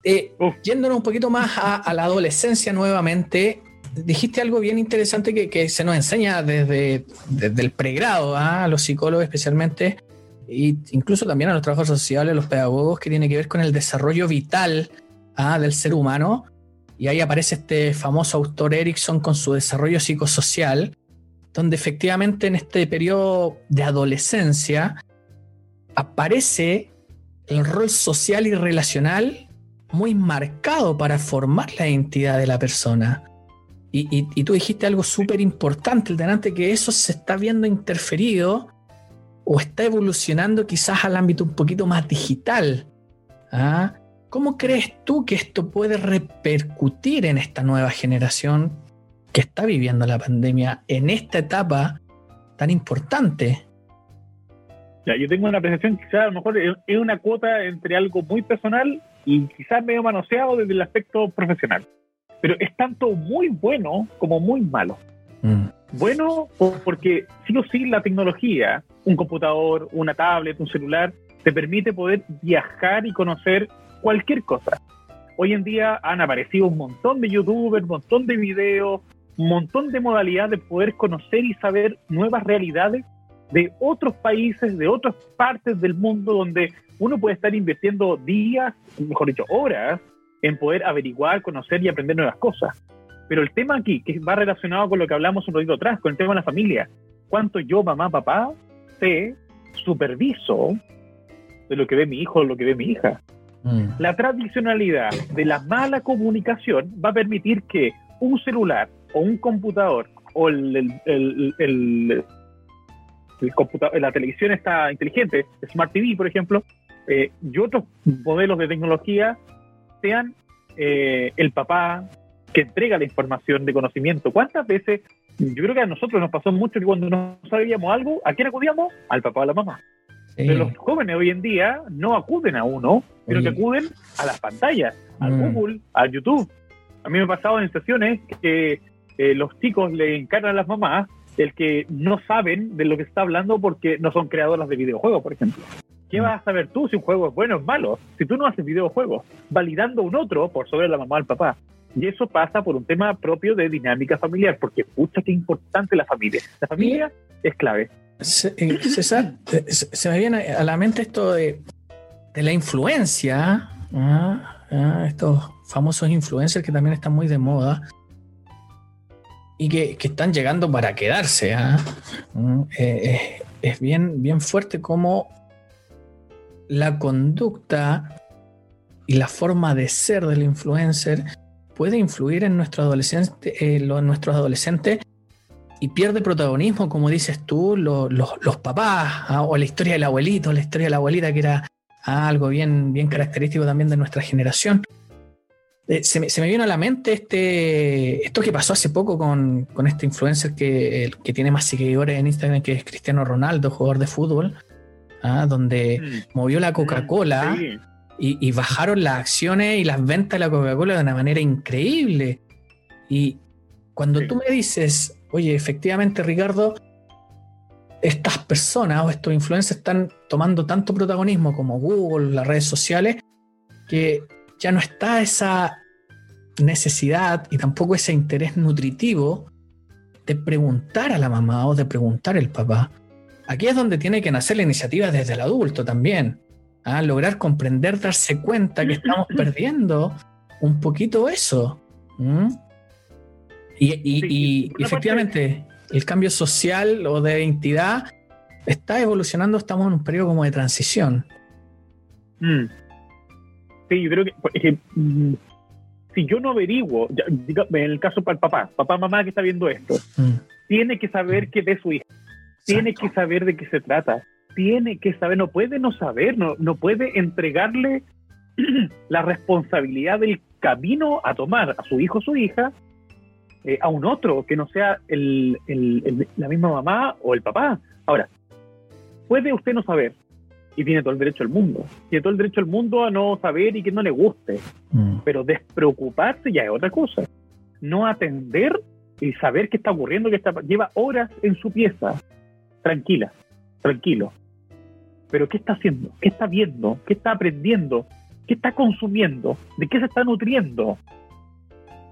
Yéndonos un poquito más a la adolescencia nuevamente, dijiste algo bien interesante que se nos enseña desde el pregrado, a los psicólogos especialmente, e incluso también a los trabajadores sociales, a los pedagogos, que tiene que ver con el desarrollo vital del ser humano. Y ahí aparece este famoso autor Erikson con su desarrollo psicosocial, donde efectivamente en este periodo de adolescencia aparece el rol social y relacional muy marcado para formar la identidad de la persona. Y tú dijiste algo súper importante, el delante, que eso se está viendo interferido o está evolucionando quizás al ámbito un poquito más digital. ¿Cómo crees tú que esto puede repercutir en esta nueva generación que está viviendo la pandemia en esta etapa tan importante? Ya, yo tengo una apreciación, quizás a lo mejor es una cuota entre algo muy personal y quizás medio manoseado desde el aspecto profesional. Pero es tanto muy bueno como muy malo. Bueno, porque sí o sí la tecnología, un computador, una tablet, un celular, te permite poder viajar y conocer cualquier cosa. Hoy en día han aparecido un montón de youtubers, un montón de videos, un montón de modalidades de poder conocer y saber nuevas realidades de otros países, de otras partes del mundo, donde uno puede estar invirtiendo días, mejor dicho, horas, en poder averiguar, conocer y aprender nuevas cosas. Pero el tema aquí, que va relacionado con lo que hablamos un ratito atrás, con el tema de la familia, ¿cuánto yo, mamá, papá, superviso de lo que ve mi hijo o lo que ve mi hija? La tradicionalidad de la mala comunicación va a permitir que un celular o un computador o la televisión está inteligente, Smart TV, por ejemplo, y otros modelos de tecnología sean el papá que entrega la información de conocimiento. ¿Cuántas veces? Yo creo que a nosotros nos pasó mucho que cuando no sabíamos algo, ¿a quién acudíamos? Al papá o a la mamá. Sí. Pero los jóvenes hoy en día no acuden a uno, sino que acuden a las pantallas, al Google, al YouTube. A mí me ha pasado en sesiones que los chicos le encargan a las mamás el que no saben de lo que está hablando porque no son creadoras de videojuegos, por ejemplo. ¿Qué vas a saber tú si un juego es bueno o es malo? Si tú no haces videojuegos, validando un otro por sobre la mamá o el papá. Y eso pasa por un tema propio de dinámica familiar, porque pucha, qué importante la familia. La familia es clave. César, se me viene a la mente esto de la influencia, estos famosos influencers que también están muy de moda y que están llegando para quedarse. Es bien fuerte cómo la conducta y la forma de ser del influencer puede influir en nuestros adolescentes y pierde protagonismo, como dices tú, los papás, o la historia del abuelito, la historia de la abuelita, que era algo bien característico también de nuestra generación. Se me vino a la mente esto que pasó hace poco con este influencer que tiene más seguidores en Instagram, que es Cristiano Ronaldo, jugador de fútbol, donde movió la Coca-Cola. Sí. Y bajaron las acciones y las ventas de la Coca-Cola de una manera increíble. Y cuando tú me dices, oye, efectivamente, Ricardo, estas personas o estos influencers están tomando tanto protagonismo como Google, las redes sociales, que ya no está esa necesidad y tampoco ese interés nutritivo de preguntar a la mamá o de preguntar al papá. Aquí es donde tiene que nacer la iniciativa desde el adulto también. Lograr comprender, darse cuenta que estamos perdiendo un poquito eso. Y efectivamente, el cambio social o de identidad está evolucionando, estamos en un periodo como de transición. Sí, yo creo que si yo no averiguo, en el caso para el papá, mamá que está viendo esto, tiene que saber qué de su hija, tiene que saber de qué se trata, tiene que saber, no puede no saber, no puede entregarle la responsabilidad del camino a tomar a su hijo o su hija a un otro que no sea la misma mamá o el papá. Ahora, puede usted no saber y tiene todo el derecho del mundo. Tiene todo el derecho del mundo a no saber y que no le guste. Pero despreocuparse ya es otra cosa. No atender y saber qué está ocurriendo, lleva horas en su pieza. Tranquilo. Pero ¿qué está haciendo? ¿Qué está viendo? ¿Qué está aprendiendo? ¿Qué está consumiendo? ¿De qué se está nutriendo?